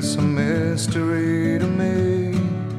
It's a mystery to me.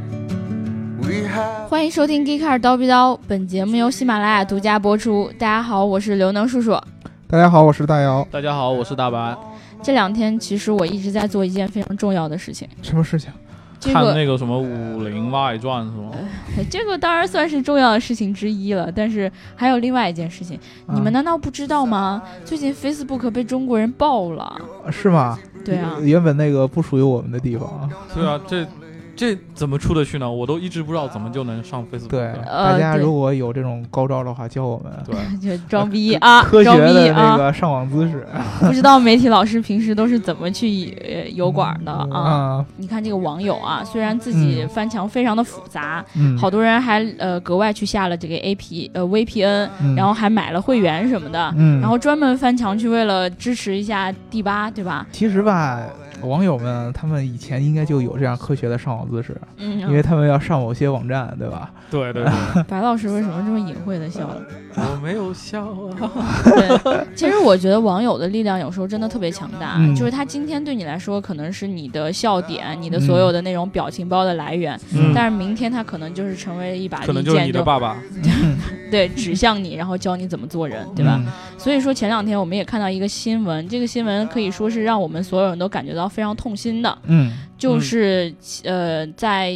欢迎收听《Geekcar 叨逼叨》，本节目由喜马拉雅独家播出。大家好，我是刘能叔叔。 大家好，我是大姚。 大家好，我是大白。 这两天其实我一直在做一件非常重要的事情。 什么事情？ 看那个什么《武林外传》是吗？ 这个当然算是重要的事情之一了，但是还有另外一件事情，你们难道不知道吗？最近 Facebook 被中国人爆了。 是吗？ 对啊， 原本那个不属于我们的地方。 对啊，这怎么出得去呢？我都一直不知道怎么就能上 Facebook。 对，大家如果有这种高招的话，教我们。 对， 就装逼啊， 科学的那个上网姿势。 不知道媒体老师平时都是怎么去油管的啊？你看这个网友啊，虽然自己翻墙非常的复杂，好多人还格外去下了这个 VPN，然后还买了会员什么的，然后专门翻墙去为了支持一下第八，对吧？ 其实吧。网友们他们以前应该就有这样科学的上网姿势，因为他们要上某些网站，对吧？ 对对对。 白老师为什么这么隐晦的笑？ 我没有笑啊。 对，其实我觉得网友的力量有时候真的特别强大，就是他今天对你来说可能是你的笑点，你的所有的那种表情包的来源，但是明天他可能就是成为一把利剑， 可能就是你的爸爸。 对，指向你，然后教你怎么做人，对吧？所以说前两天我们也看到一个新闻，这个新闻可以说是让我们所有人都感觉到非常痛心的，就是在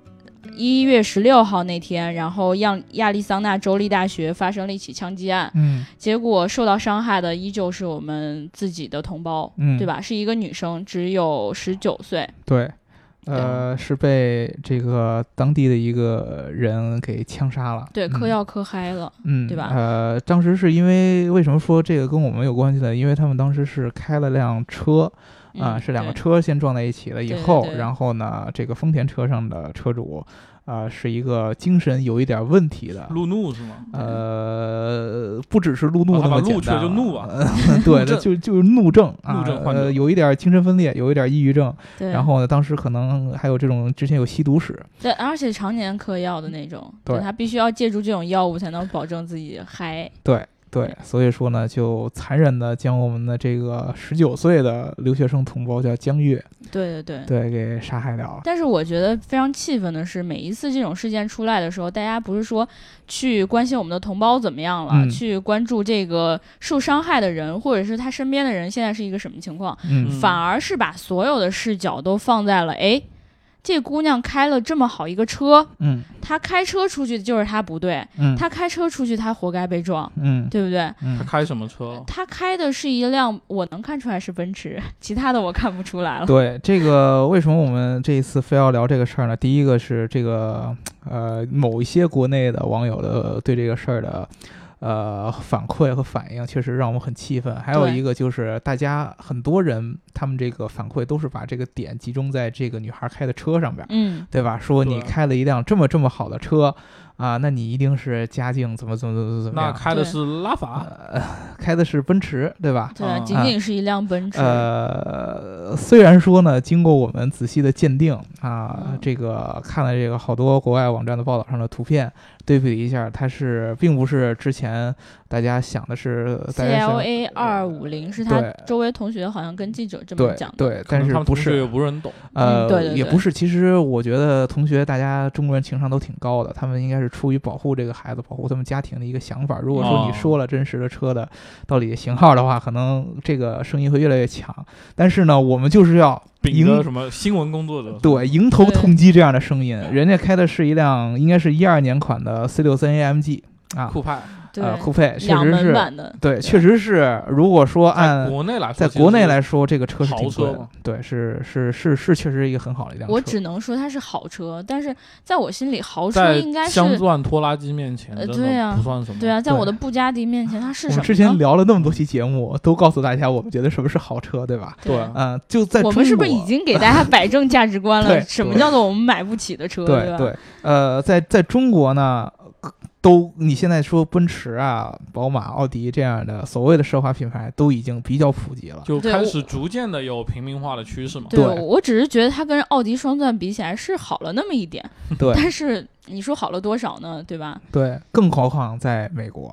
1月16号那天，然后亚利桑那州立大学发生了一起枪击案，结果受到伤害的依旧是我们自己的同胞，对吧？是一个女生，只有19岁， 对。是被这个当地的一个人给枪杀了， 对，嗑药嗑嗨了，对吧？ 当时是因为什么说这个跟我们有关系呢？因为他们当时是开了辆车，是两个车先撞在一起了以后，然后呢，这个丰田车上的车主。是一个精神有一点问题的， 路怒是吗？ 不只是路怒那么简单， 路去就怒啊， 对的，就是怒症啊，有一点精神分裂，有一点抑郁症，然后呢，当时可能还有这种之前有吸毒史， 对，而且常年嗑药的那种，对，他必须要借助这种药物才能保证自己嗨， 对，所以说呢，就残忍的将我们的这个19岁的留学生同胞叫江月，对，给杀害掉了。 但是我觉得非常气愤的是，每一次这种事件出来的时候，大家不是说去关心我们的同胞怎么样了，去关注这个受伤害的人，或者是他身边的人现在是一个什么情况，反而是把所有的视角都放在了这姑娘开了这么好一个车，她开车出去就是她不对，她开车出去她活该被撞，对不对？ 她开什么车？ 她开的是一辆，我能看出来是奔驰，其他的我看不出来了。 对，这个为什么我们这一次非要聊这个事儿呢？第一个是这个某一些国内的网友的对这个事儿的。反馈和反应确实让我们很气愤。还有一个就是大家很多人他们这个反馈都是把这个点集中在这个女孩开的车上边，对吧？说你开了一辆这么好的车啊，那你一定是家境怎么样？ 那开的是拉法， 开的是奔驰，对吧？ 对，仅仅是一辆奔驰。 虽然说呢，经过我们仔细的鉴定啊，这个看了这个好多国外网站的报道上的图片，对比一下，它并不是之前大家想的是 CLA 250，是他周围同学好像跟记者这么讲的。 对，但是不是也不是很懂。 对， 也不是。其实我觉得同学大家中国人情商都挺高的，他们应该是出于保护这个孩子、保护他们家庭的一个想法。如果说你说了真实的车的到底型号的话，可能这个声音会越来越强。但是呢，我们就是要秉着什么新闻工作者， 对，迎头痛击这样的声音。人家开的是一辆应该是12年款的 C63 AMG 啊， 酷派。 酷配确实是版的， 对，确实是。如果说按在国内来说，这个车是挺贵的，对，是确实一个很好的一辆车。 我只能说它是好车，但是在我心里，豪车应该是镶钻拖拉机面前， 对啊， 不算什么。 对啊，在我的布加迪面前，它是什么呢？ 我们之前聊了那么多期节目，都告诉大家我们觉得什么是豪车，对吧？ 对， 就在我们是不是已经给大家摆正价值观了？什么叫做我们买不起的车？ 对，在中国呢。你现在说奔驰啊、宝马、奥迪这样的所谓的奢华品牌都已经比较普及了， 就开始逐渐的有平民化的趋势嘛。 对，我只是觉得它跟奥迪双钻比起来是好了那么一点，对，但是你说好了多少呢？对吧？ 对，更何况在美国，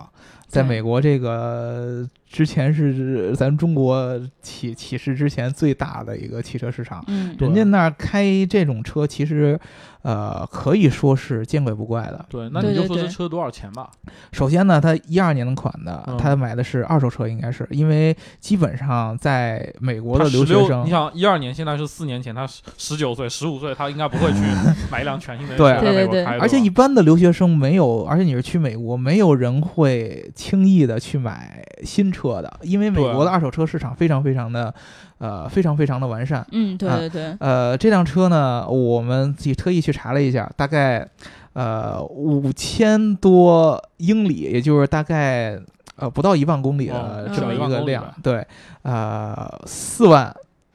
在美国这个之前是咱中国起势之前最大的一个汽车市场，人家那儿开这种车其实可以说是见怪不怪的。 对，那你就说这车多少钱吧。 首先呢，它12年的款的，他买的是二手车，应该是因为基本上在美国的留学生， 你想12年，现在是4年前，他19岁、15岁，他应该不会去买一辆全新的车在美国开的。 而且一般的留学生没有，而且你是去美国，没有人会轻易的去买新车的，因为美国的二手车市场非常非常的非常非常的完善。 对。 这辆车呢，我们自己特意去查了一下，大概5000多英里，也就是大概不到1万公里的这么一个量，对，4万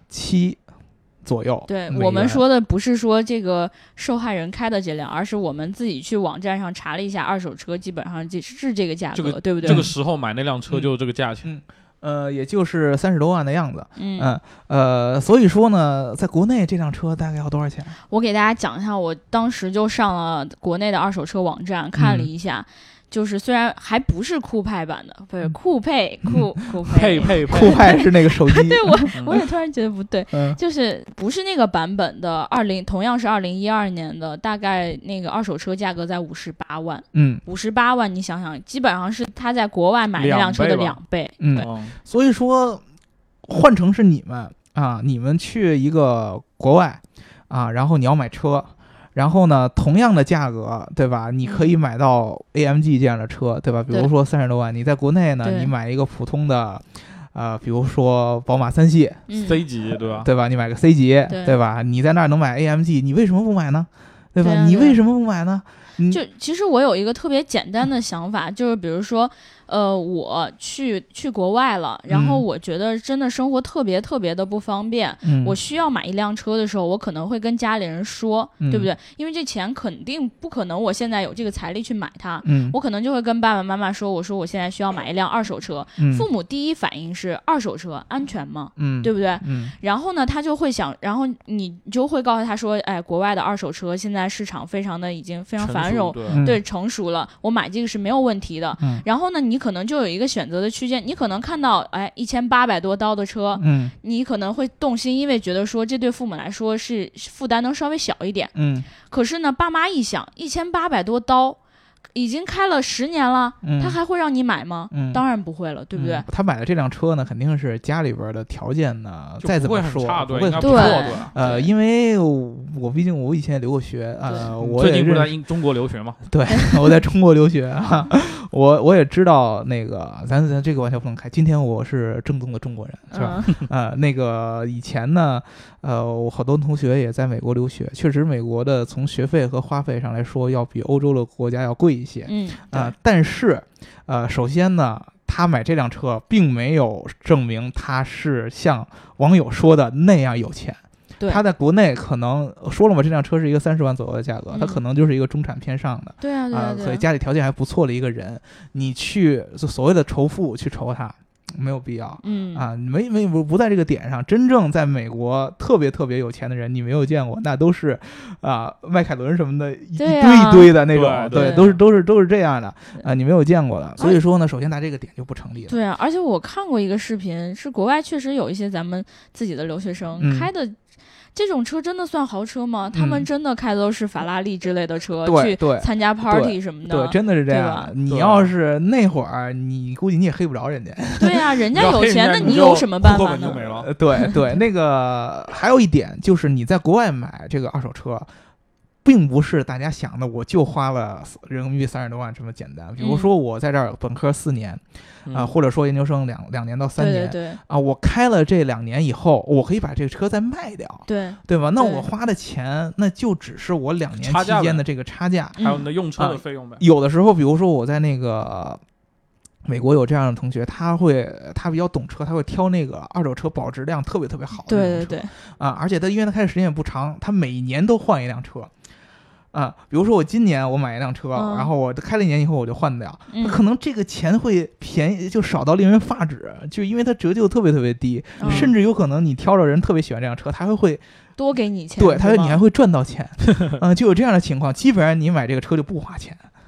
7左右。 对，我们说的不是说这个受害人开的这辆，而是我们自己去网站上查了一下，二手车基本上是这个价格，对不对？ 这个时候买那辆车就是这个价钱。 也就是30多万的样子。所以说呢，在国内这辆车大概要多少钱？ 我给大家讲一下，我当时就上了国内的二手车网站看了一下。就是虽然还不是酷派版的，不是酷配酷派是那个手机。 对，我也突然觉得不对，就是不是那个版本的同样是2012年的，大概那个二手车价格在58万。58万，你想想，基本上是他在国外买那辆车的2倍。 所以说换成是你们啊，你们去一个国外啊，然后你要买车。然后呢，同样的价格，对吧？你可以买到 AMG 这样的车，对吧？比如说30多万，你在国内呢，你买一个普通的，比如说宝马3系 C 级，对吧？ 对吧？你买个 C 级，对吧？你在那儿能买 AMG， 你为什么不买呢？对吧？你为什么不买呢？ 就其实我有一个特别简单的想法，就是比如说，我去国外了，然后我觉得真的生活特别特别的不方便，我需要买一辆车的时候，我可能会跟家里人说，对不对？因为这钱肯定不可能，我现在有这个财力去买它，我可能就会跟爸爸妈妈说，我说我现在需要买一辆二手车，父母第一反应是二手车安全吗？对不对？然后呢，他就会想，然后你就会告诉他说，哎，国外的二手车现在市场非常的已经非常繁荣，对，成熟了，我买这个是没有问题的。然后呢，你可能就有一个选择的区间，你可能看到1800多刀的车，你可能会动心，因为觉得说这对父母来说是负担能稍微小一点。可是呢，爸妈一想，1800多刀。已经开了10年了，他还会让你买吗？当然不会了，对不对？ 他买的这辆车呢，肯定是家里边的条件呢，再怎么说不会很差， 对。 因为毕竟我以前也留过学我最近不是在中国留学吗？ 对，我在中国留学啊，我也知道那个咱这个玩笑不能开。今天我是正宗的中国人，是吧？那个以前呢，我好多同学也在美国留学，确实美国的从学费和花费上来说，要比欧洲的国家要贵一些。但是首先呢，他买这辆车并没有证明他是像网友说的那样有钱。他在国内可能说了嘛，这辆车是一个30万左右的价格，他可能就是一个中产偏上的。 对啊， 所以家里条件还不错的一个人，你去所谓的仇富去仇他。没有必要，不在这个点上。真正在美国特别特别有钱的人，你没有见过，那都是迈凯伦什么的一堆的那种，对，都是这样的你没有见过的。所以说呢，首先在这个点就不成立了。 对啊，而且我看过一个视频，是国外确实有一些咱们自己的留学生开的。这种车真的算豪车吗？他们真的开的都是法拉利之类的车，去参加 party 什么的。 对，真的是这样。你要是那会儿，你估计你也黑不着人家。 对啊，人家有钱，那你有什么办法呢？ 对，那个还有一点就是，你在国外买这个二手车，并不是大家想的，我就花了人民币30多万这么简单。比如说我在这儿本科4年，或者说研究生2年到3年， 对我开了这2年以后，我可以把这个车再卖掉，对吧？那我花的钱，那就只是我2年期间的这个差价， 还有你的用车的费用呗。 有的时候，比如说我在那个美国有这样的同学，他比较懂车，他会挑那个二手车保值量特别特别好的那种车。 对而且因为他开的时间也不长，他每年都换一辆车。比如说我今年我买一辆车，然后我开了1年以后我就换掉，可能这个钱会便宜，就少到令人发指，就因为它折旧特别特别低，甚至有可能你挑着人特别喜欢这辆车，他会多给你钱， 对，你还会赚到钱，就有这样的情况，基本上你买这个车就不花钱。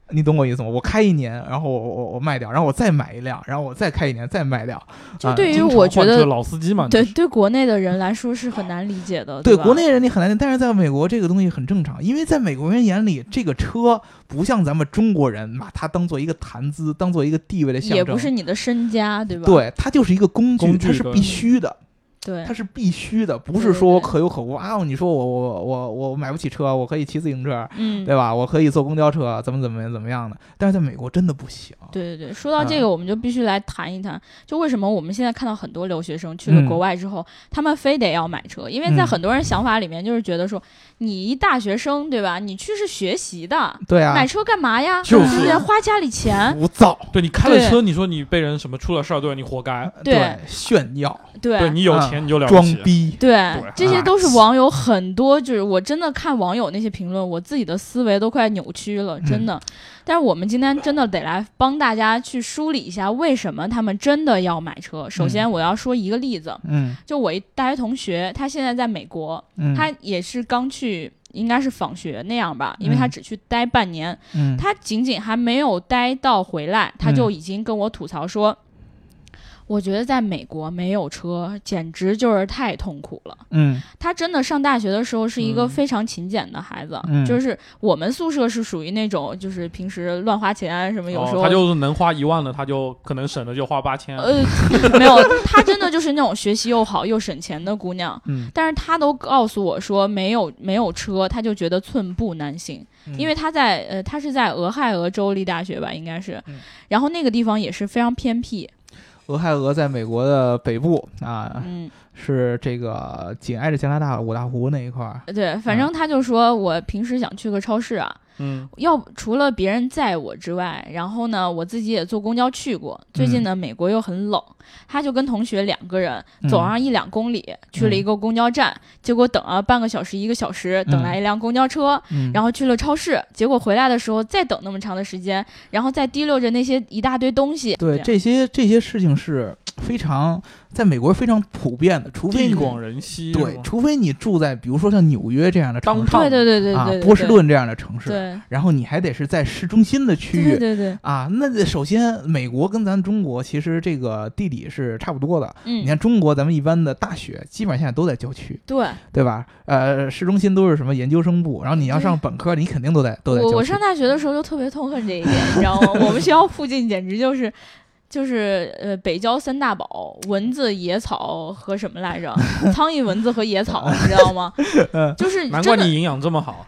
你懂我意思吗？我开1年，然后我卖掉，然后我再买一辆，然后我再开1年再卖掉。 就对于我觉得老司机嘛， 对国内的人来说是很难理解的。 对国内人你很难理解，但是在美国这个东西很正常，因为在美国人眼里，这个车不像咱们中国人把它当做一个谈资，当做一个地位的象征， 也不是你的身家，对吧？ 对，它就是一个工具，它是必须的。 对， 它是必须的，不是说可有可无啊！你说我买不起车，我可以骑自行车，对吧？我可以坐公交车，怎么样的？但是在美国真的不行。 对，说到这个，我们就必须来谈一谈，就为什么我们现在看到很多留学生去了国外之后，他们非得要买车，因为在很多人想法里面就是觉得说，你一大学生对吧？你去是学习的， 对啊， 买车干嘛呀？ 就是花家里钱， 浮躁。 对你开了车，你说你被人什么出了事儿，对你活该。 对， 炫耀。 对你有钱你就了不起， 装逼。 对，这些都是网友很多，就是我真的看网友那些评论，我自己的思维都快扭曲了，真的。但是我们今天真的得来帮大家去梳理一下，为什么他们真的要买车。首先我要说一个例子，就我一大学同学，他现在在美国，他也是刚去。应该是访学那样吧，因为他只去待半年，他仅仅还没有待到回来，他就已经跟我吐槽说，我觉得在美国没有车简直就是太痛苦了。他真的上大学的时候是一个非常勤俭的孩子，就是我们宿舍是属于那种就是平时乱花钱什么，有时候他就是能花1万的，他就可能省的就花8000。 没有，他真的就是那种学习又好又省钱的姑娘。但是他都告诉我说没有车，他就觉得寸步难行，因为他是在俄亥俄州立大学吧，应该是，然后那个地方也是非常偏僻。 俄亥俄在美国的北部啊，是这个紧挨着加拿大五大湖那一块儿。 对，反正他就说我平时想去个超市啊，要除了别人载我之外，然后呢我自己也坐公交去过。最近呢美国又很冷，他就跟同学2个人走上1-2公里，去了一个公交站，结果等了半个小时1个小时，等来一辆公交车，然后去了超市，结果回来的时候再等那么长的时间，然后再提溜着那些一大堆东西。 对，这些事情是非常在美国非常普遍的，除非地广人稀。 对，除非你住在比如说像纽约这样的城市， 对， 波士顿这样的城市， 对， 然后你还得是在市中心的区域， 对啊，那首先美国跟咱中国其实这个地理是差不多的。 你看中国咱们一般的大学基本上现在都在郊区，对吧？市中心都是什么研究生部，然后你要上本科，你肯定都在郊区。 我上大学的时候就特别痛恨这一点，你知道吗？我们学校附近简直就是北郊3大宝，蚊子、野草和什么来着？苍蝇、蚊子和野草，你知道吗？就是难怪你营养这么好。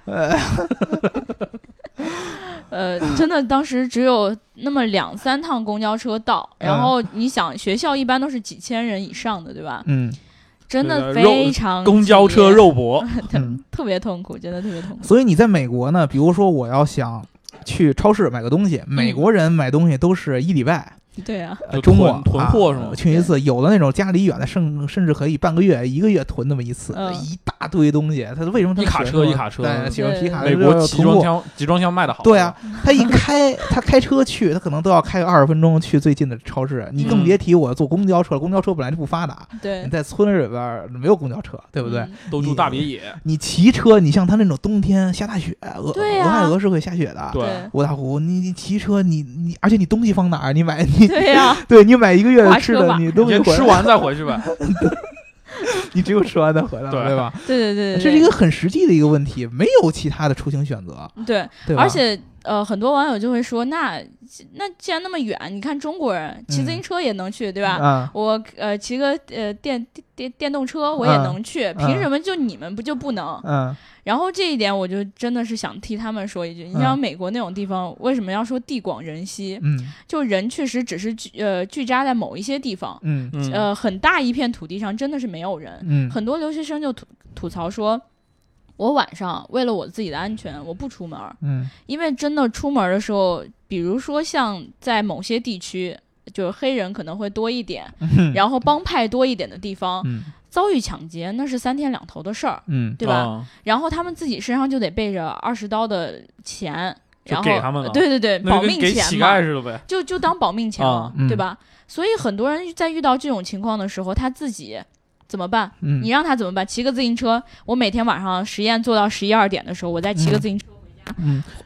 真的当时只有那么2-3趟公交车到，然后你想学校一般都是几千人以上的，对吧？真的非常公交车肉搏， 特别痛苦，真的特别痛苦。 所以你在美国呢，比如说我要想去超市买个东西，美国人买东西都是1礼拜。 对啊， 周末囤货是吗？ 去一次，有的那种家里远的，甚至可以半个月、1个月囤那么一次，一大堆东西。他为什么一卡车？ 喜欢皮卡车？ 美国集装箱卖的好。 对啊，他开车去，他可能都要开个20分钟去最近的超市。你更别提我坐公交车了，公交车本来就不发达。 对， 你在村里边没有公交车，对不对？ 都住大别野。 你骑车，你像他那种冬天下大雪，俄亥俄是会下雪的。 对， 五大湖，你骑车，你而且你东西放哪儿？你买对呀， 对你买1个月的吃的，你都没吃完再回去呗。 你只有吃完再回来，对吧？ 对， 这是一个很实际的一个问题，没有其他的出行选择。 对，而且很多网友就会说，那既然那么远，你看中国人骑自行车也能去，对吧？我骑个电动车我也能去，凭什么就你们不能？然后这一点我就真的是想替他们说一句，你像美国那种地方，为什么要说地广人稀？就人确实只是聚扎在某一些地方，很大一片土地上真的是没有人。很多留学生就吐槽说，我晚上为了我自己的安全，我不出门。因为真的出门的时候，比如说像在某些地区，就是黑人可能会多一点，然后帮派多一点的地方。遭遇抢劫那是3天2头的事儿，对吧？然后他们自己身上就得背着20刀的钱，然后给他们了。 对，保命钱嘛， 跟乞丐似的呗， 就当保命钱了，对吧？所以很多人在遇到这种情况的时候，他自己怎么办？你让他怎么办？骑个自行车，我每天晚上实验做到11、2点的时候，我再骑个自行车回家。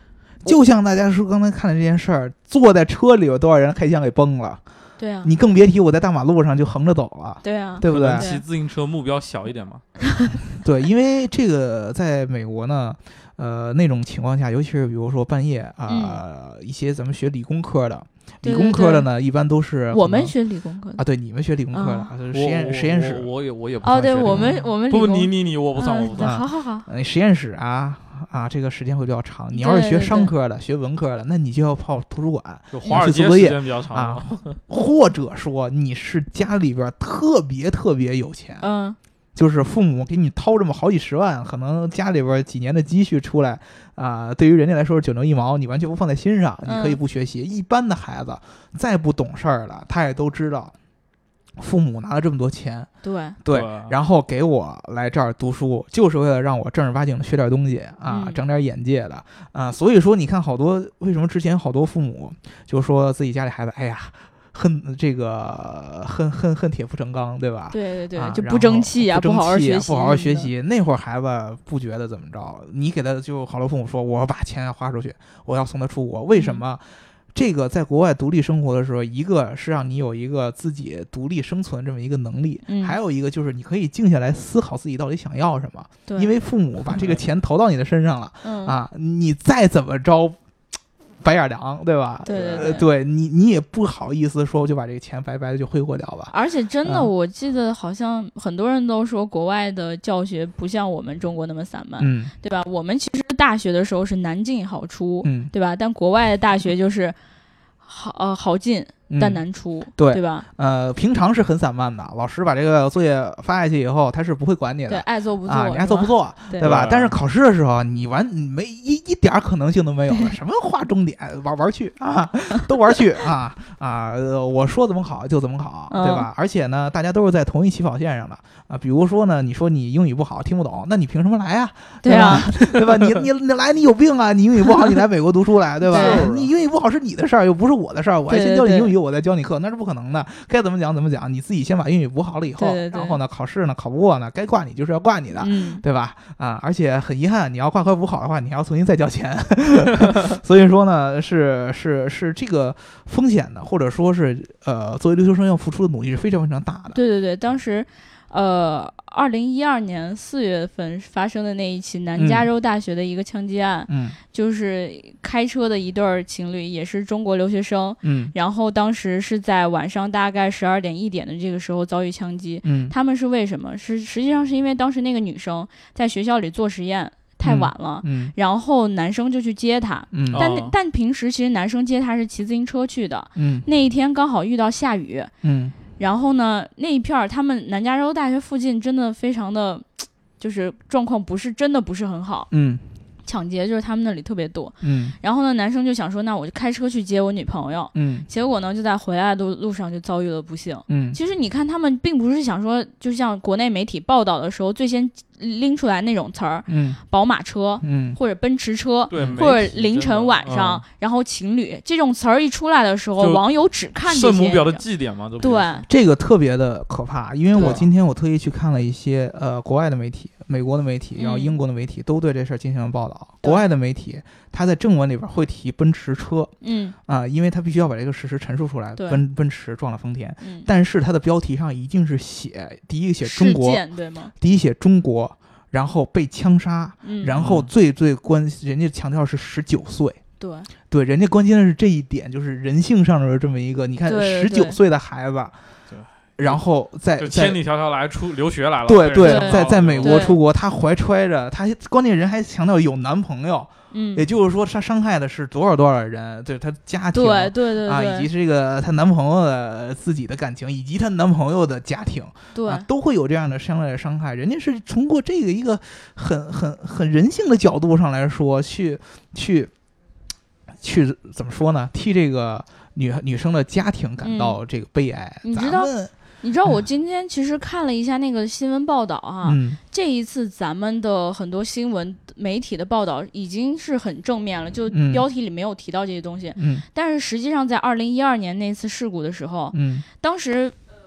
就像大家说刚才看的这件事儿，坐在车里有多少人开枪给崩了？ 对啊， 你更别提我在大马路上就横着走了。 对啊， 对不对？ 骑自行车目标小一点嘛。 对，因为这个在美国呢，那种情况下，尤其是比如说半夜一些咱们学理工科的。理工科的呢，一般都是我们学理工科的啊，对，你们学理工科的，就是实验室， 我也不算对，我们不，你我不算，我不算。 好， 实验室这个时间会比较长。你要是学商科的，学文科的，那你就要泡图书馆， 就华尔街时间比较长或者说你是家里边特别有钱，就是父母给你掏这么好几十万，可能家里边几年的积蓄出来对于人家来说是9牛1毛，你完全不放在心上，你可以不学习。一般的孩子再不懂事儿了，他也都知道父母拿了这么多钱，对，然后给我来这儿读书，就是为了让我正儿八经的学点东西长点眼界的所以说你看好多为什么之前好多父母就说自己家里孩子，哎呀。恨铁不成钢，对吧？ 对，就不争气啊，不好好学习。 那会儿孩子不觉得怎么着，你给他就好多父母说，我把钱花出去，我要送他出国。为什么？这个在国外独立生活的时候，一个是让你有一个自己独立生存这么一个能力，还有一个就是你可以静下来思考自己到底想要什么。因为父母把这个钱投到你的身上了，你再怎么着。白眼狼，对吧？ 对， 你也不好意思说就把这个钱白白的就挥霍掉吧。 而且真的，我记得好像很多人都说国外的教学不像我们中国那么散漫，对吧？我们其实大学的时候是难进好出，对吧？但国外的大学就是好进。但难出，对吧？ 平常是很散漫的，老师把这个作业发下去以后，他是不会管你的， 对，爱做不做， 你爱做不做，对吧？但是考试的时候，你没一点可能性都没有了，什么划重点，玩去都玩去我说怎么考就怎么考，对吧？而且呢，大家都是在同一起跑线上的比如说呢，你说你英语不好，听不懂，那你凭什么来呀？对吧？对吧？你来，你有病啊！你英语不好，你来美国读书来，对吧？你英语不好是你的事儿，又不是我的事儿，我还先教你英语。我再教你课，那是不可能的。该怎么讲怎么讲，你自己先把英语补好了以后，然后呢，考试呢考不过呢，该挂你就是要挂你的，对吧？而且很遗憾，你要挂科补好的话，你还要重新再交钱。所以说呢，是这个风险的，或者说是作为留学生要付出的努力是非常非常大的。 对，当时。2012年4月份发生的那一起南加州大学的一个枪击案，就是开车的一对情侣，也是中国留学生，然后当时是在晚上大概12点1点的这个时候遭遇枪击，他们是为什么？实际上是因为当时那个女生在学校里做实验。太晚了，然后男生就去接她，但平时其实男生接她是骑自行车去的，那一天刚好遇到下雨，然后呢，那一片他们南加州大学附近真的非常的，就是状况不是很好，抢劫就是他们那里特别多，然后呢，男生就想说，那我就开车去接我女朋友，结果呢，就在回来的路上就遭遇了不幸，其实你看他们并不是想说，就像国内媒体报道的时候，最先拎出来那种词儿，宝马车，或者奔驰车，或者凌晨晚上，然后情侣这种词儿一出来的时候，网友只看这些圣母婊的祭典嘛， 对， 这个特别的可怕，因为我今天我特意去看了一些国外的媒体。美国的媒体，然后英国的媒体都对这事儿进行了报道。国外的媒体，他在正文里边会提奔驰车，因为他必须要把这个事实陈述出来。奔驰撞了丰田，但是他的标题上一定是第一个写中国， 对吗？ 第一写中国，然后被枪杀，然后最人家强调是19岁。对，人家关心的是这一点，就是人性上的这么一个，你看19岁的孩子。然后就千里迢迢来留学来了， 对，在美国出国，他怀揣着他，关键人还强调有男朋友，也就是说他伤害的是多少人，对他家庭， 对以及这个她男朋友的自己的感情，以及她男朋友的家庭，都会有这样的相类的伤害。人家是通过这个一个很人性的角度上来说，去怎么说呢？替这个女生的家庭感到这个悲哀。 你知道我今天其实看了一下那个新闻报道这一次咱们的很多新闻媒体的报道已经是很正面了，就标题里没有提到这些东西，但是实际上在2012年那次事故的时候，当时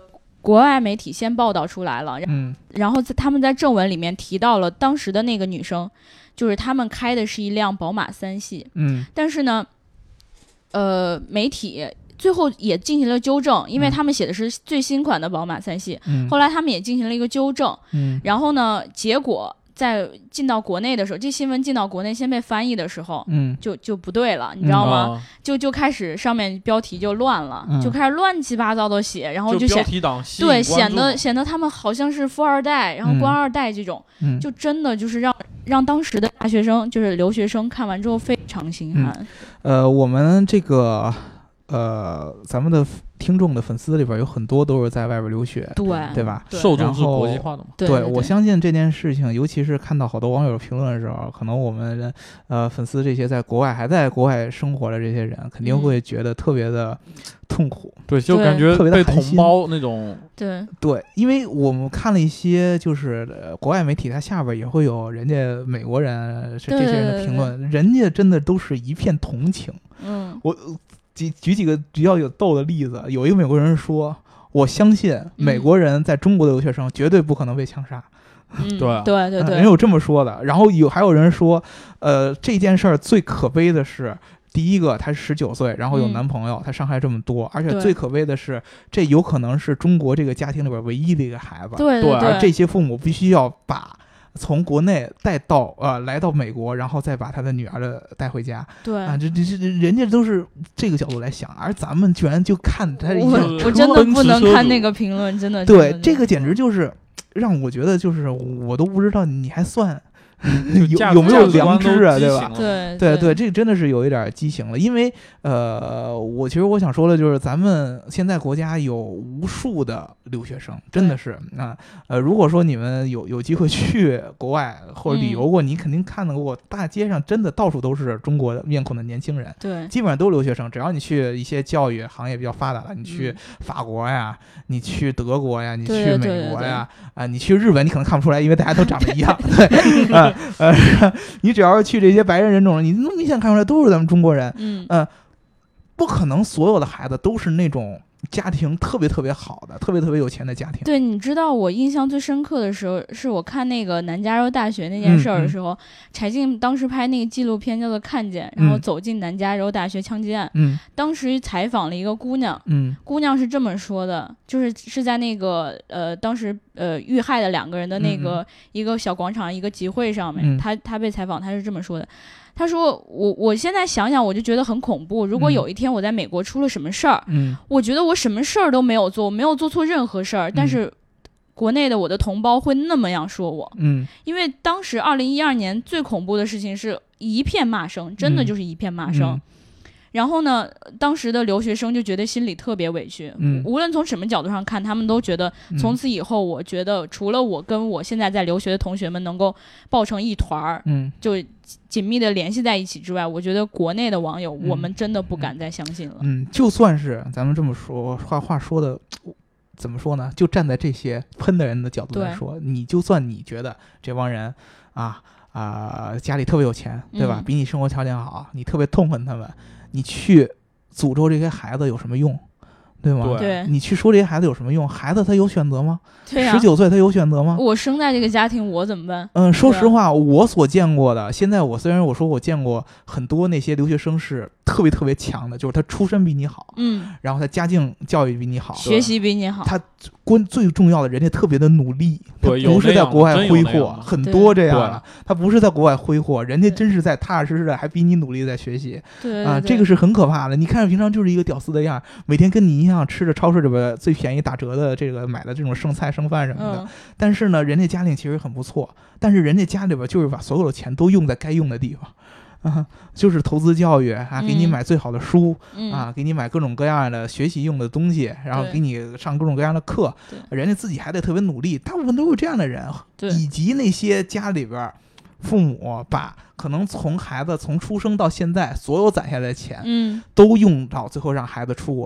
国外媒体先报道出来了，然后他们在正文里面提到了当时的那个女生，就是他们开的是一辆宝马3系，但是呢，媒体最后也进行了纠正，因为他们写的是最新款的宝马3系，后来他们也进行了一个纠正，然后呢，结果在进到国内的时候，这新闻进到国内先被翻译的时候，就不对了，你知道吗？就开始上面标题就乱了，就开始乱七八糟的写，然后就标题党对显得他们好像是富二代，然后官二代这种，就真的就是让当时的大学生就是留学生看完之后非常心寒。 我们这个咱们的听众的粉丝里边有很多都是在外边留学，对吧？ 受众是国际化的嘛？ 对，我相信这件事情，尤其是看到好多网友评论的时候，可能我们粉丝这些还在国外生活的这些人，肯定会觉得特别的痛苦， 对，就感觉被同胞那种， 对，因为我们看了一些就是国外媒体，它下边也会有人家美国人是这些人的评论，人家真的都是一片同情。我举几个比较有逗的例子，有一个美国人说，我相信美国人在中国的留学生绝对不可能被枪杀。 对， 人有这么说的。然后还有人说，这件事儿最可悲的是，第一个他是19岁，然后有男朋友，他伤害这么多，而且最可悲的是，这有可能是中国这个家庭里边唯一的一个孩子。 对， 而这些父母必须要从国内来到美国，然后再把他的女儿带回家。 对啊，这人家都是这个角度来想，而咱们居然就看他我真的不能看那个评论，真的对这个简直就是让我觉得就是我都不知道你还算。有没有良知啊，对吧？对，这个真的是有一点畸形了。因为其实我想说的就是，咱们现在国家有无数的留学生，真的是如果说你们有机会去国外或者旅游过，你肯定看到过大街上真的到处都是中国的面孔的年轻人， 对， 基本上都是留学生。只要你去一些教育行业比较发达了，你去法国呀，你去德国呀，你去美国呀，你去日本，你可能看不出来，因为大家都长得一样，对。你只要是去这些白人人种，你能明显看出来都是咱们中国人。不可能所有的孩子都是那种家庭特别特别好的、特别特别有钱的家庭。 对，你知道我印象最深刻的时候，是我看那个南加州大学那件事儿的时候，柴静当时拍那个纪录片叫做《看见》，然后走进南加州大学枪击案。当时采访了一个姑娘，姑娘是这么说的，是在那个当时遇害的2个人的那个一个小广场一个集会上面，她被采访，她是这么说的。他说我现在想想我就觉得很恐怖，如果有一天我在美国出了什么事儿，我觉得我什么事儿都没有做，我没有做错任何事儿，但是国内的我的同胞会那么样说我，因为当时2012年最恐怖的事情是一片骂声，真的就是一片骂声。然后呢，当时的留学生就觉得心里特别委屈，无论从什么角度上看，他们都觉得从此以后，我觉得除了我跟我现在在留学的同学们能够抱成一团儿，就紧密的联系在一起之外，我觉得国内的网友，我们真的不敢再相信了。 就算是咱们这么说话说的，怎么说呢？就站在这些喷的人的角度来说，就算你觉得这帮人家里特别有钱，对吧？比你生活条件好，你特别痛恨他们。你去诅咒这些孩子有什么用，对吗？ 对， 你去说这些孩子有什么用？孩子他有选择吗？ 对呀 ，19岁他有选择吗？ 我生在这个家庭，我怎么办？ 说实话，我所见过的，现在虽然我说我见过很多那些留学生是特别特别强的，就是他出身比你好，然后他家境教育比你好， 学习比你好， 他最重要的，人家特别的努力，他不是在国外挥霍，很多这样的，他不是在国外挥霍，人家真是在踏踏实实的，还比你努力在学习。这个是很可怕的。你看着平常就是一个屌丝的样，每天跟你一样吃着超市里边最便宜打折的这个买的这种剩菜剩饭什么的，但是呢，人家家庭其实很不错，但是人家家里边就是把所有的钱都用在该用的地方。就是投资教育给你买最好的书，给你买各种各样的学习用的东西，然后给你上各种各样的课，人家自己还得特别努力，大部分都是这样的人，以及那些家里边父母把可能从孩子从出生到现在所有攒下来的钱，都用到最后让孩子出国的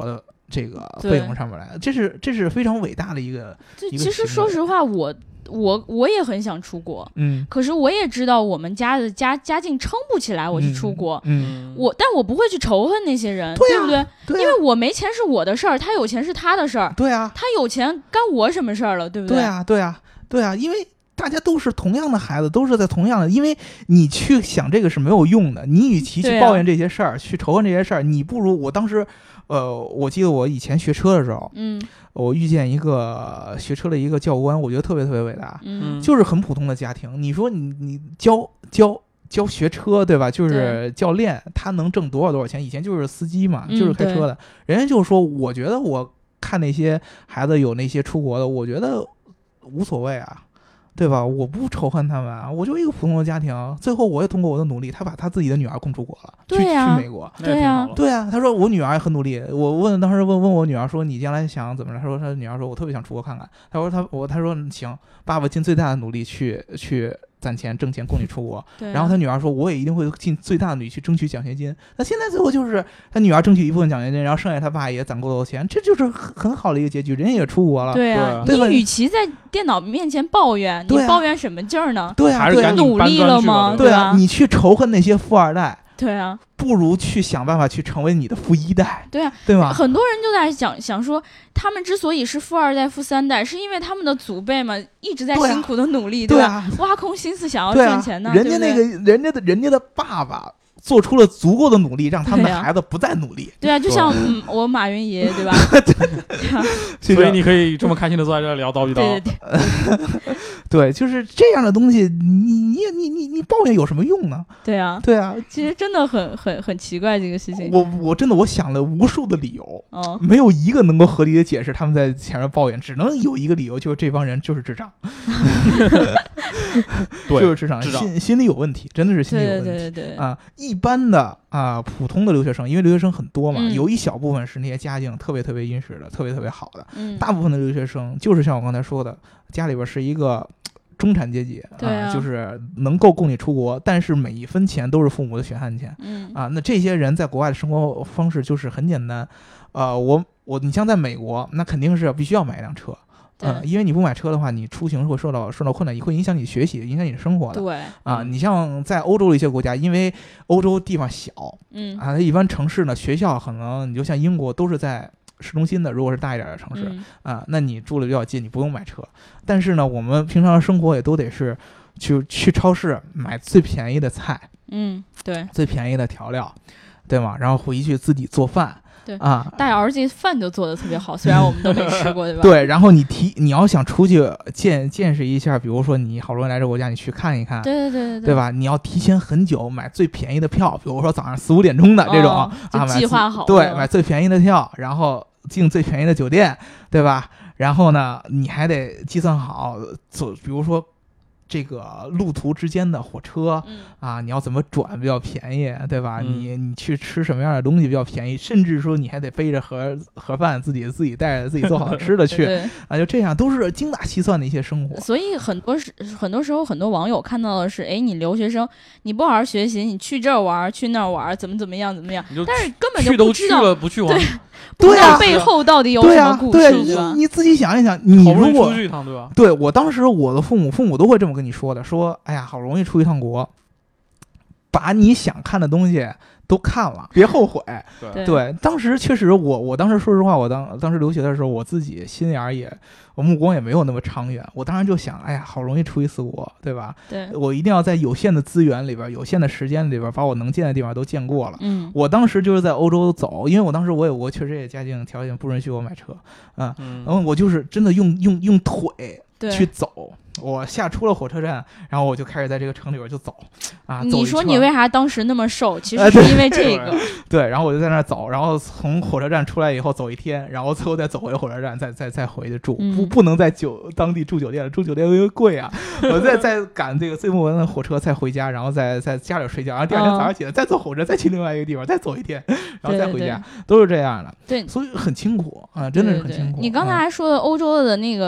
这个费用上面来，这是非常伟大的一个。 其实说实话，我也很想出国，可是我也知道我们家的家境撑不起来我去出国，但我不会去仇恨那些人，对不对？因为我没钱是我的事儿，他有钱是他的事儿， 对啊， 他有钱干我什么事儿了，对不对？ 对啊，因为大家都是同样的孩子，都是在同样的，因为你去想这个是没有用的，你与其去抱怨这些事儿，去仇恨这些事儿，你不如我当时，我记得我以前学车的时候，我遇见一个学车的一个教官，我觉得特别特别伟大，就是很普通的家庭，你说你教学车对吧？就是教练，他能挣多少钱？以前就是司机嘛，就是开车的，人家就说，我觉得我看那些孩子有那些出国的，我觉得无所谓啊。对吧？我不仇恨他们啊，我就一个普通的家庭。最后我也通过我的努力，他把他自己的女儿供出国了，去美国。 对呀， 他说我女儿也很努力。我当时问我女儿说：“你将来想怎么着？”他说他女儿说：“我特别想出国看看。”他说行，爸爸尽最大的努力去攒钱挣钱供你出国。然后他女儿说：“我也一定会尽最大的努力去争取奖学金。”那现在最后就是他女儿争取一部分奖学金，然后剩下他爸也攒够多钱，这就是很好的一个结局。人也出国了。 对啊，你与其在电脑面前抱怨，你抱怨什么劲儿呢？ 对啊， 你努力了吗？ 对啊，你去仇恨那些富二代。 对啊， 不如去想办法去成为你的富一代。 对啊， 对吧？ 很多人就在想说，他们之所以是富二代、富三代，是因为他们的祖辈们一直在辛苦的努力，对吧？挖空心思想要赚钱呢。 人家的爸爸做出了足够的努力，让他们的孩子不再努力。 对啊，就像我马云爷爷，对吧？ 所以你可以这么开心的坐在这聊叨一叨。 对，就是这样的东西，你抱怨有什么用呢？ 对啊，其实真的很奇怪这个事情。 我想了无数的理由，没有一个能够合理的解释他们在前面抱怨，只能有一个理由，就是这帮人就是智障。就是智障，心理有问题，真的是心理有问题。 对啊，一般的普通的留学生，因为留学生很多嘛，有一小部分是那些家境特别特别殷实的，特别特别好的，大部分的留学生就是像我刚才说的，家里边是一个中产阶级就是能够供你出国，但是每一分钱都是父母的血汗钱。那这些人在国外的生活方式就是很简单。你像在美国，那肯定是必须要买一辆车。因为你不买车的话，你出行会受到困难，也会影响你学习，影响你的生活的。 对你像在欧洲的一些国家，因为欧洲地方小，它一般城市呢，学校可能你就像英国都是在市中心的，如果是大一点的城市那你住的比较近，你不用买车。但是呢，我们平常的生活也都得是去超市买最便宜的菜， 对， 最便宜的调料，对吗？然后回去自己做饭。 对大儿子饭都做的特别好，虽然我们都没吃过，对吧？ 对，然后你要想出去见识一下，比如说你好容易来这国家，你去看一看，对吧？你要提前很久买最便宜的票，比如说早上4、5点钟的这种就计划好， 对，买最便宜的票，然后订最便宜的酒店，对吧？然后呢，你还得计算好走，比如说这个路途之间的火车你要怎么转比较便宜，对吧？你去吃什么样的东西比较便宜，甚至说你还得背着盒饭自己带着自己做好吃的去就这样都是精打细算的一些生活。 所以很多时候很多网友看到的是，你留学生你不好好学习，你去这儿玩去那儿玩怎么样，但是根本就不知道去了不去玩。 不知道背后到底有什么故事， 对吧？你自己想一想，你如果出去一趟，对吧？ 对，我当时我的父母都会这么跟你说的，说哎呀，好容易出一趟国，把你想看的东西都看了，别后悔。对，当时确实我当时说实话，我当时留学的时候，我自己心眼也，我目光也没有那么长远。我当时就想，哎呀，好容易出一次国，对吧？ 对， 我一定要在有限的资源里边、有限的时间里边，把我能见的地方都见过了。我当时就是在欧洲走，因为我当时我确实也家境条件不允许我买车然后我就是真的用腿去走。我出了火车站，然后我就开始在这个城里边就走你说你为啥当时那么瘦？其实是因为这个。 对，然后我就在那走，然后从火车站出来以后走1天，然后最后再走回火车站，再回去住。不能在当地住酒店了，住酒店因为贵啊。我再赶这个最末班的火车再回家，然后在家里睡觉，然后第二天早上起来再坐火车再去另外一个地方再走1天，然后再回家，都是这样的。 对， 所以很辛苦真的是很辛苦。 你刚才还说的欧洲的那个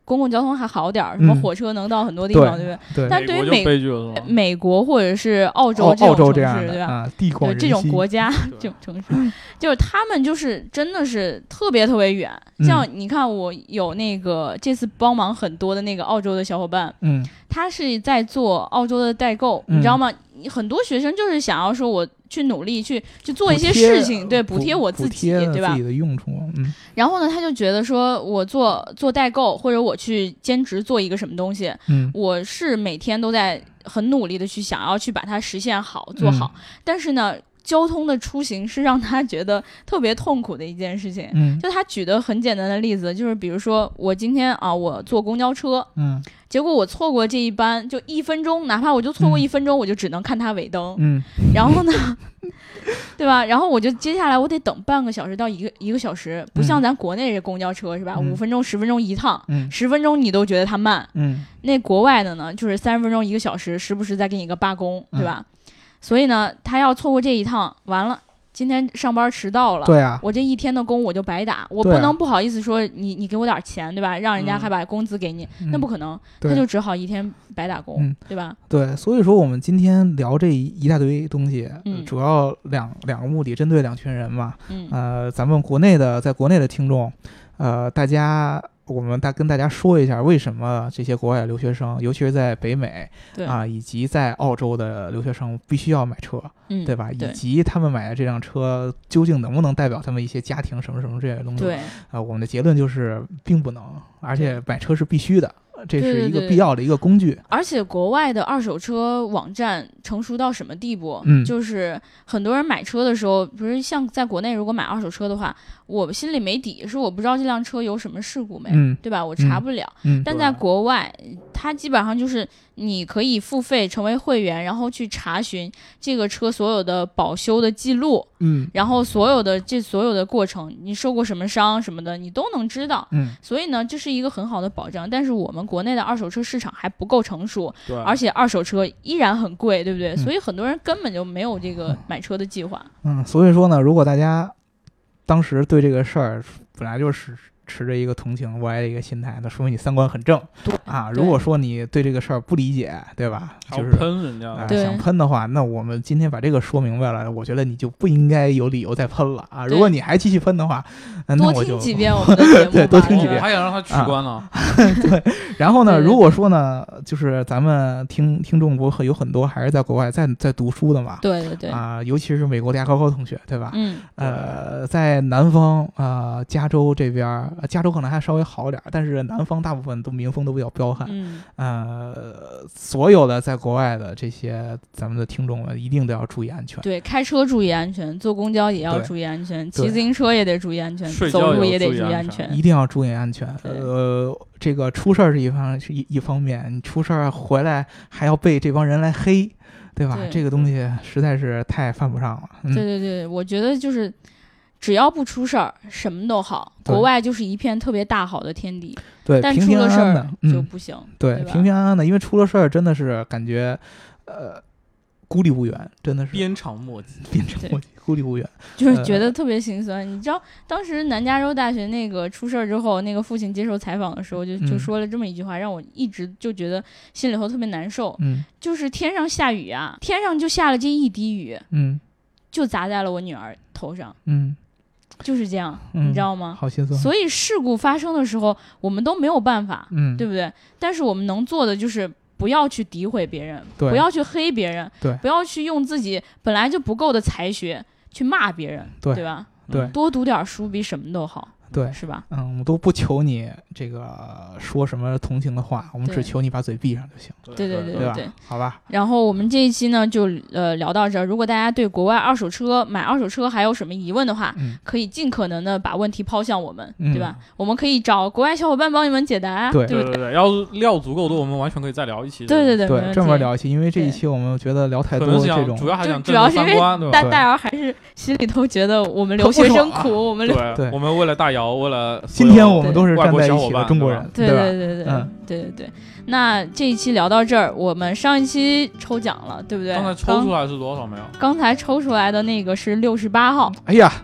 公共交通还好点，什么火车能到很多地方，对不对？ 但对于美国或者是澳洲这种城市， 对吧？ 地广人稀这种国家这种城市，就是他们就是真的是特别特别远。像你看，我有那个这次帮忙很多的那个澳洲的小伙伴，他是在做澳洲的代购，你知道吗？很多学生就是想要说我去努力去做一些事情，对，补贴我自己，对吧？ 自己的用处。 然后呢，他就觉得说我做代购，或者我去兼职做一个什么东西，我是每天都在很努力的去想要去把它实现好做好，但是呢，交通的出行是让他觉得特别痛苦的一件事情。就他举的很简单的例子，就是比如说我今天我坐公交车，结果我错过这一班就1分钟，哪怕我就错过1分钟，我就只能看它尾灯，然后呢对吧？然后我就接下来我得等半个小时到一个小时，不像咱国内这公交车是吧？5分钟10分钟一趟，10分钟你都觉得它慢，那国外的呢就是30分钟1个小时，时不时再给你一个罢工，对吧？所以呢，他要错过这一趟，完了，今天上班迟到了， 对啊， 我这一天的工我就白打，我不能不好意思说你给我点钱，对吧？让人家还把工资给你，那不可能，他就只好一天白打工，对吧？ 对，所以说我们今天聊这一大堆东西，主要两个目的，针对2群人嘛，咱们在国内的听众，我们跟大家说一下，为什么这些国外留学生，尤其是在北美以及在澳洲的留学生必须要买车，对吧？以及他们买的这辆车究竟能不能代表他们一些家庭什么什么这些东西？ 对， 我们的结论就是并不能，而且买车是必须的。这是一个必要的一个工具。 对，而且国外的二手车网站成熟到什么地步？就是很多人买车的时候，比如像在国内，如果买二手车的话，我心里没底，是我不知道这辆车有什么事故没，对吧？我查不了。但在国外，它基本上就是你可以付费成为会员，然后去查询这个车所有的保修的记录，然后所有的过程，你受过什么伤什么的，你都能知道。所以呢，这是一个很好的保障。但是我们国内的二手车市场还不够成熟，而且二手车依然很贵，对不对？所以很多人根本就没有这个买车的计划。 所以说呢，如果大家当时对这个事儿本来就是持着一个同情无爱的一个心态，那说明你三观很正啊。如果说你对这个事儿不理解，对吧？就是喷人家， 想喷的话，那我们今天把这个说明白了，我觉得你就不应该有理由再喷了啊。如果你还继续喷的话，那我就多听几遍我们的节目对，多听几遍， 还想让他取关呢。 对，然后呢，如果说呢，就是咱们听众不有很多还是在国外在读书的嘛？ 对对对啊，尤其是美国的亚高高同学，对吧？在南方加州这边。加州可能还稍微好点，但是南方大部分民风都比较彪悍。所有的在国外的这些咱们的听众们一定都要注意安全。 对，开车注意安全，坐公交也要注意安全，骑自行车也得注意安全，走路也得注意安全， 一定要注意安全。这个出事儿是一方面，你出事儿回来还要被这帮人来黑，对吧？这个东西实在是太犯不上了。 对对对，我觉得就是只要不出事儿，什么都好。国外就是一片特别大好的天地， 对， 但出了事儿就不行。 对，平平安安的，因为出了事儿真的是感觉，孤立无援，真的是鞭长莫及， 孤立无援， 就是觉得特别心酸。你知道，当时南加州大学那个出事儿之后，那个父亲接受采访的时候就说了这么一句话，让我一直就觉得心里头特别难受。就是天上下雨啊，天上就下了这一滴雨，就砸在了我女儿头上。就是这样，你知道吗？ 好心酸。 所以事故发生的时候，我们都没有办法，对不对？但是我们能做的就是不要去诋毁别人，不要去黑别人，不要去用自己本来就不够的才学去骂别人，对吧？ 对， 多读点书比什么都好。 对， 是吧？ 我们都不求你这个说什么同情的话，我们只求你把嘴闭上就行。 对对对 对， 好吧。 然后我们这一期呢就聊到这儿。如果大家对国外买二手车还有什么疑问的话，可以尽可能的把问题抛向我们，对吧？我们可以找国外小伙伴帮你们解答，对对对。要是料足够多，我们完全可以再聊一期。 对对对，专门聊一期，因为这一期我们觉得聊太多这种， 主要还想主要是因为大姚还是心里头觉得我们留学生苦，我们为了大姚，为了。 今天我们都是站在一起的中国人， 对对对对对对对。那这一期聊到这儿，我们上一期抽奖了，对不对？ 刚才抽出来是多少没有？ 刚才抽出来的那个是68号。 哎呀，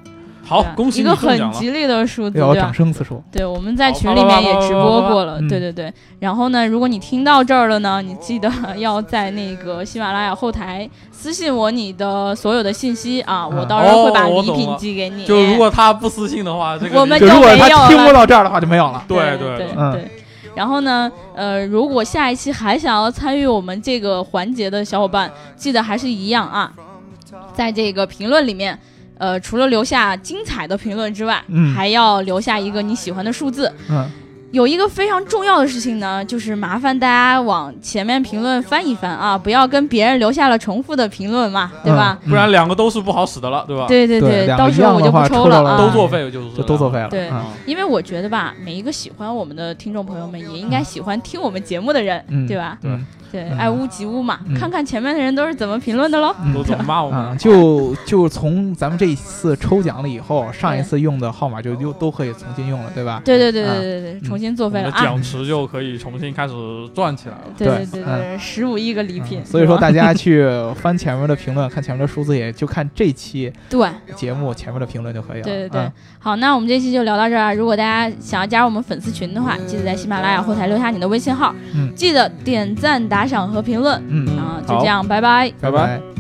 好，恭喜一个你中奖了很吉利的数字， 要对吧掌声此处。 对，我们在群里面也直播过了，对对对。然后呢，如果你听到这儿了呢，你记得要在那个喜马拉雅后台私信我你的所有的信息啊，我到时候会把礼品寄给你。 就如果他不私信的话，这个我们就如果他听不到到这儿的话就没有了。 对对对对。然后呢，如果下一期还想要参与我们这个环节的小伙伴，记得还是一样啊，在这个评论里面，除了留下精彩的评论之外，还要留下一个你喜欢的数字。有一个非常重要的事情呢，就是麻烦大家往前面评论翻一翻啊，不要跟别人留下了重复的评论嘛，对吧？ 不然两个都是不好使的了，对吧？ 对对对，到时候我就不抽了啊， 都作废就都作废了。 对，因为我觉得吧，每一个喜欢我们的听众朋友们也应该喜欢听我们节目的人，对吧？对，爱屋及乌嘛，看看前面的人都是怎么评论的喽， 都怎么骂我们。 就从咱们这一次抽奖了以后，上一次用的号码就都可以重新用了，对吧？ 对，重新作废了啊， 奖池就可以重新开始赚起来了。 对，15亿个礼品。 所以说大家去翻前面的评论，看前面的数字，也就看这期节目前面的评论就可以了。 对，好，那我们这期就聊到这儿。如果大家想要加入我们粉丝群的话，记得在喜马拉雅后台留下你的微信号，记得点赞、打赏和评论。就这样，拜拜， 拜拜。